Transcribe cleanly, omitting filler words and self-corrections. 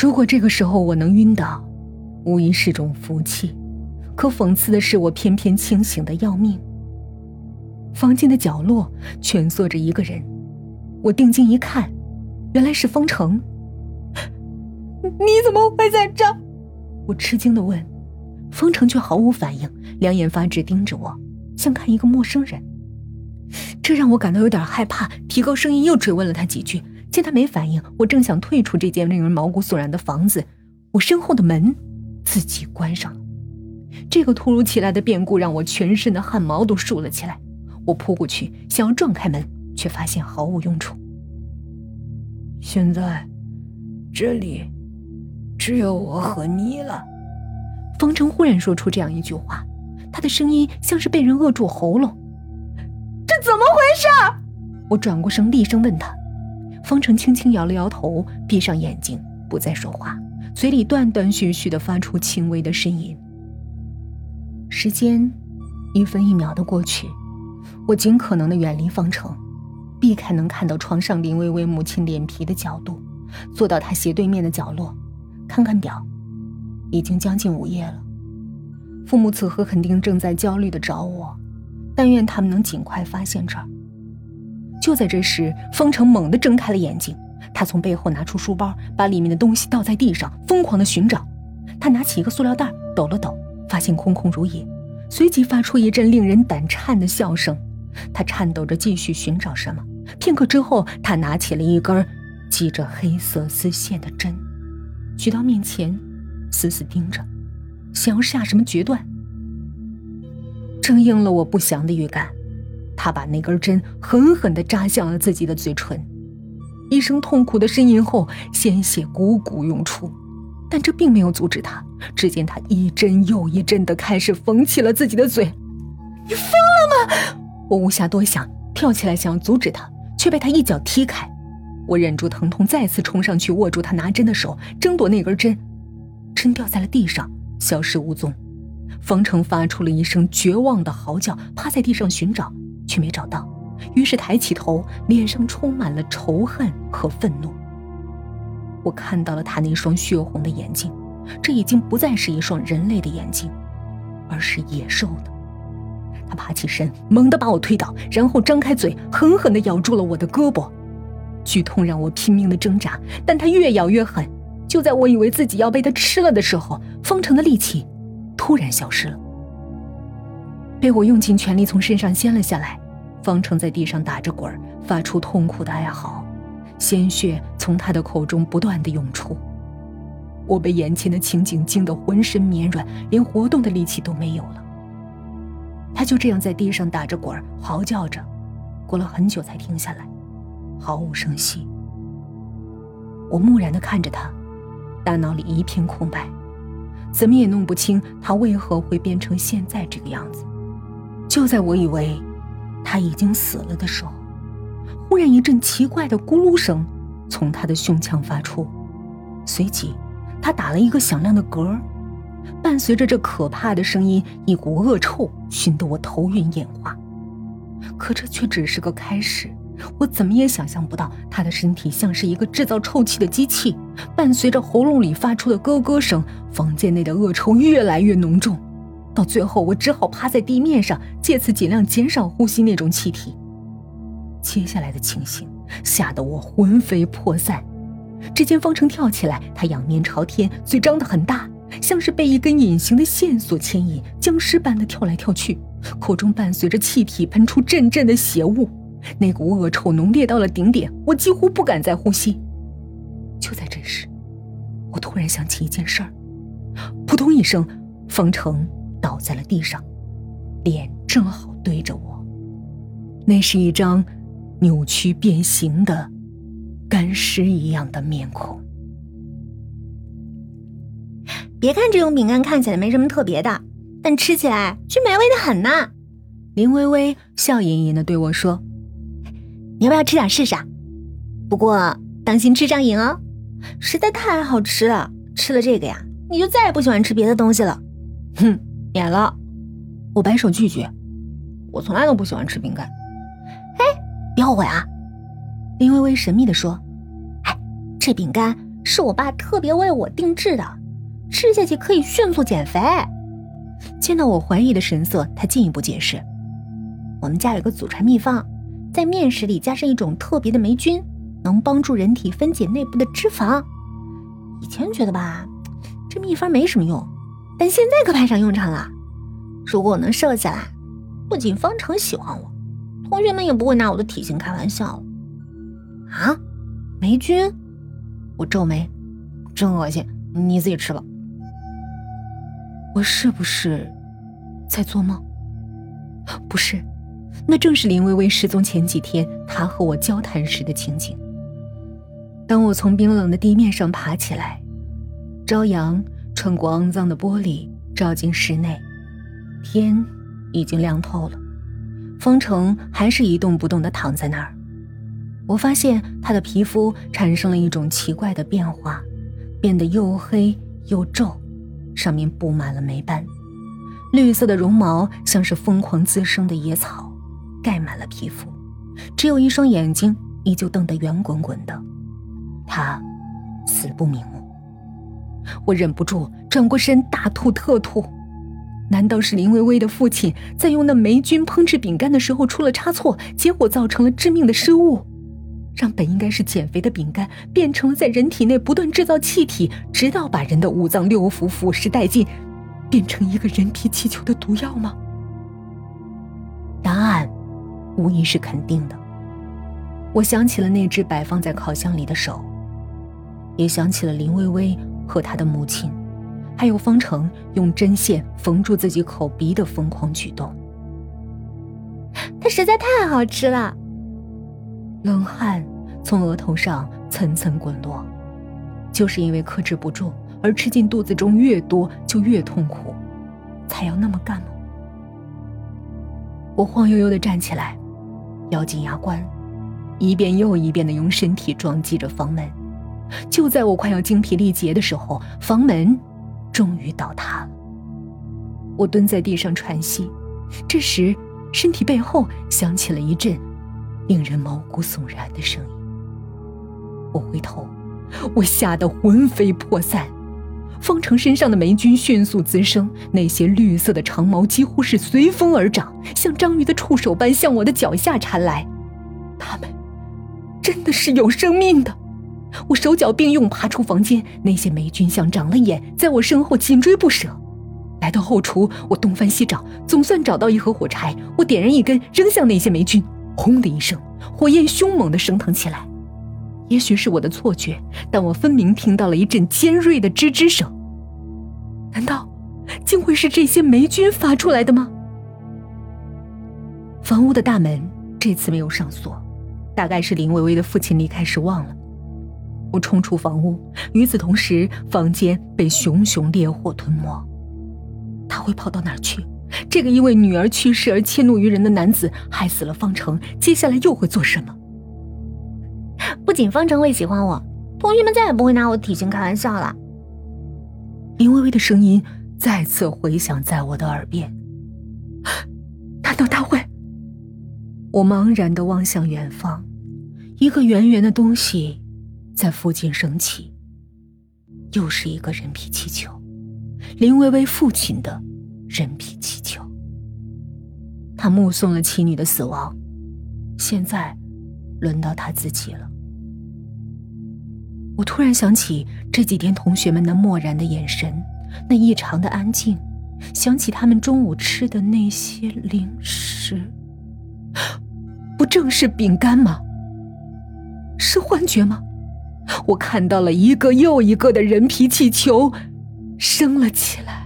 如果这个时候我能晕倒，无疑是种福气，可讽刺的是我偏偏清醒的要命。房间的角落蜷缩着一个人，我定睛一看，原来是方程。你怎么会在这？我吃惊地问。方程却毫无反应，两眼发直盯着我，像看一个陌生人。这让我感到有点害怕，提高声音又追问了他几句。见他没反应，我正想退出这间令人毛骨悚然的房子，我身后的门自己关上了。这个突如其来的变故让我全身的汗毛都竖了起来。我扑过去想要撞开门，却发现毫无用处。 现在这里只有我和你了。 方程忽然说出这样一句话，他的声音像是被人扼住喉咙。这怎么回事？我转过身厉声问他。方程轻轻摇了摇头，闭上眼睛，不再说话，嘴里断断续续地发出轻微的呻吟。时间一分一秒地过去，我尽可能地远离方程，避开能看到床上林薇薇母亲脸皮的角度，坐到她斜对面的角落，看看表，已经将近午夜了。父母此刻肯定正在焦虑地找我，但愿他们能尽快发现这儿。就在这时，方程猛地睁开了眼睛，他从背后拿出书包，把里面的东西倒在地上，疯狂地寻找。他拿起一个塑料袋，抖了抖，发现空空如也，随即发出一阵令人胆颤的笑声。他颤抖着继续寻找什么，片刻之后，他拿起了一根系着黑色丝线的针，举到面前，死死盯着，想要下什么决断。正应了我不祥的预感，他把那根针狠狠地扎向了自己的嘴唇，一声痛苦的呻吟后，鲜血汩汩涌出，但这并没有阻止他。只见他一针又一针地开始缝起了自己的嘴。你疯了吗？我无暇多想，跳起来想要阻止他，却被他一脚踢开。我忍住疼痛，再次冲上去握住他拿针的手，争夺那根针，针掉在了地上，消失无踪。方程发出了一声绝望的嚎叫，趴在地上寻找，却没找到，于是抬起头，脸上充满了仇恨和愤怒。我看到了他那双血红的眼睛，这已经不再是一双人类的眼睛，而是野兽的。他爬起身，猛地把我推倒，然后张开嘴，狠狠地咬住了我的胳膊。剧痛让我拼命地挣扎，但他越咬越狠。就在我以为自己要被他吃了的时候，方程的力气突然消失了，被我用尽全力从身上掀了下来。方程在地上打着滚，发出痛苦的哀嚎，鲜血从他的口中不断地涌出。我被眼前的情景惊得浑身绵软，连活动的力气都没有了。他就这样在地上打着滚，嚎叫着，过了很久才停下来，毫无声息。我木然地看着他，大脑里一片空白，怎么也弄不清他为何会变成现在这个样子。就在我以为他已经死了的时候，忽然一阵奇怪的咕噜声从他的胸腔发出，随即他打了一个响亮的嗝，伴随着这可怕的声音，一股恶臭熏得我头晕眼花。可这却只是个开始，我怎么也想象不到他的身体像是一个制造臭气的机器，伴随着喉咙里发出的咯咯声，房间内的恶臭越来越浓重，到最后我只好趴在地面上，借此尽量减少呼吸那种气体。接下来的情形吓得我魂飞魄散。只见方程跳起来，他仰面朝天，嘴张得很大，像是被一根隐形的线索牵引，僵尸般的跳来跳去，口中伴随着气体喷出阵阵的血雾，那股恶臭浓烈到了顶点，我几乎不敢再呼吸。就在这时，我突然想起一件事儿，扑通一声，方程倒在了地上，脸正好对着我，那是一张扭曲变形的干尸一样的面孔。 别看这种饼干看起来没什么特别的，但吃起来却美味的很呢。 林薇薇笑吟吟地对我说， 你要不要吃点试试啊？不过当心吃上瘾哦，实在太好吃了，吃了这个呀，你就再也不喜欢吃别的东西了。 哼，免了。我摆手拒绝，我从来都不喜欢吃饼干。 别后悔啊。 林薇薇神秘地说， 这饼干是我爸特别为我定制的，吃下去可以迅速减肥。 见到我怀疑的神色，他进一步解释， 我们家有个祖传秘方，在面食里加上一种特别的霉菌，能帮助人体分解内部的脂肪。以前觉得吧，这秘方没什么用，但现在可派上用场了。如果我能瘦下来，不仅方程喜欢我，同学们也不会拿我的体型开玩笑了。啊，霉菌？我皱眉，真恶心，你自己吃吧。 我是不是在做梦？不是，那正是林薇薇失踪前几天她和我交谈时的情景。当我从冰冷的地面上爬起来，朝阳穿过肮脏的玻璃照进室内，天已经亮透了，方程还是一动不动地躺在那儿。我发现他的皮肤产生了一种奇怪的变化，变得又黑又皱，上面布满了霉斑，绿色的绒毛像是疯狂滋生的野草，盖满了皮肤，只有一双眼睛依旧瞪得圆滚滚的。他死不瞑目。我忍不住转过身大吐特吐。难道是林薇薇的父亲在用那霉菌烹制饼干的时候出了差错，结果造成了致命的失误，让本应该是减肥的饼干变成了在人体内不断制造气体，直到把人的五脏六腑腐蚀殆尽，变成一个人皮气球的毒药吗？答案无疑是肯定的。我想起了那只摆放在烤箱里的手，也想起了林薇薇和她的母亲，还有方程用针线缝住自己口鼻的疯狂举动。 它实在太好吃了。 冷汗从额头上层层滚落，就是因为克制不住，而吃进肚子中越多就越痛苦，才要那么干吗？我晃悠悠地站起来，咬紧牙关，一遍又一遍地用身体撞击着房门。就在我快要精疲力竭的时候，房门终于倒塌了。我蹲在地上喘息，这时身体背后响起了一阵令人毛骨悚然的声音。我回头，我吓得魂飞魄散。方程身上的霉菌迅速滋生，那些绿色的长毛几乎是随风而长，像章鱼的触手般向我的脚下缠来。它们真的是有生命的。我手脚并用爬出房间，那些霉菌像长了眼，在我身后紧追不舍。来到后厨，我东翻西找，总算找到一盒火柴，我点燃一根扔向那些霉菌，轰的一声，火焰凶猛地升腾起来。也许是我的错觉，但我分明听到了一阵尖锐的吱吱声。难道竟会是这些霉菌发出来的吗？房屋的大门这次没有上锁，大概是林薇薇的父亲离开时忘了。我冲出房屋，与此同时，房间被熊熊烈火吞没。他会跑到哪儿去？这个因为女儿去世而迁怒于人的男子害死了方程，接下来又会做什么？ 不仅方程会喜欢我，同学们再也不会拿我的体型开玩笑了。 林薇薇的声音再次回响在我的耳边。难道他会？我茫然地望向远方，一个圆圆的东西在附近升起，又是一个人皮气球，林薇薇父亲的人皮气球。他目送了妻女的死亡，现在轮到他自己了。我突然想起这几天同学们那漠然的眼神，那异常的安静，想起他们中午吃的那些零食，不正是饼干吗？是幻觉吗？我看到了一个又一个的人皮气球升了起来。